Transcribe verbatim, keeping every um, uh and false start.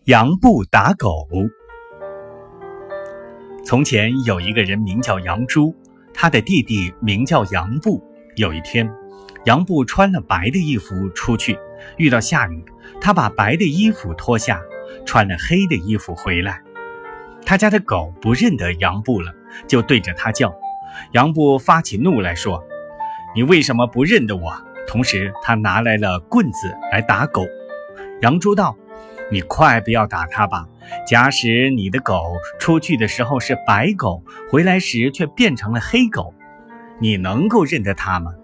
杨布打狗。从前有一个人名叫杨朱，他的弟弟名叫杨布。有一天，杨布穿了白的衣服出去，遇到下雨，他把白的衣服脱下，穿了黑的衣服回来。他家的狗不认得杨布了，就对着他叫。杨布发起怒来说：你为什么不认得我？同时他拿来了棍子来打狗。杨朱道：你快不要打他吧，假使你的狗出去的时候是白狗，回来时却变成了黑狗，你能够认得它吗？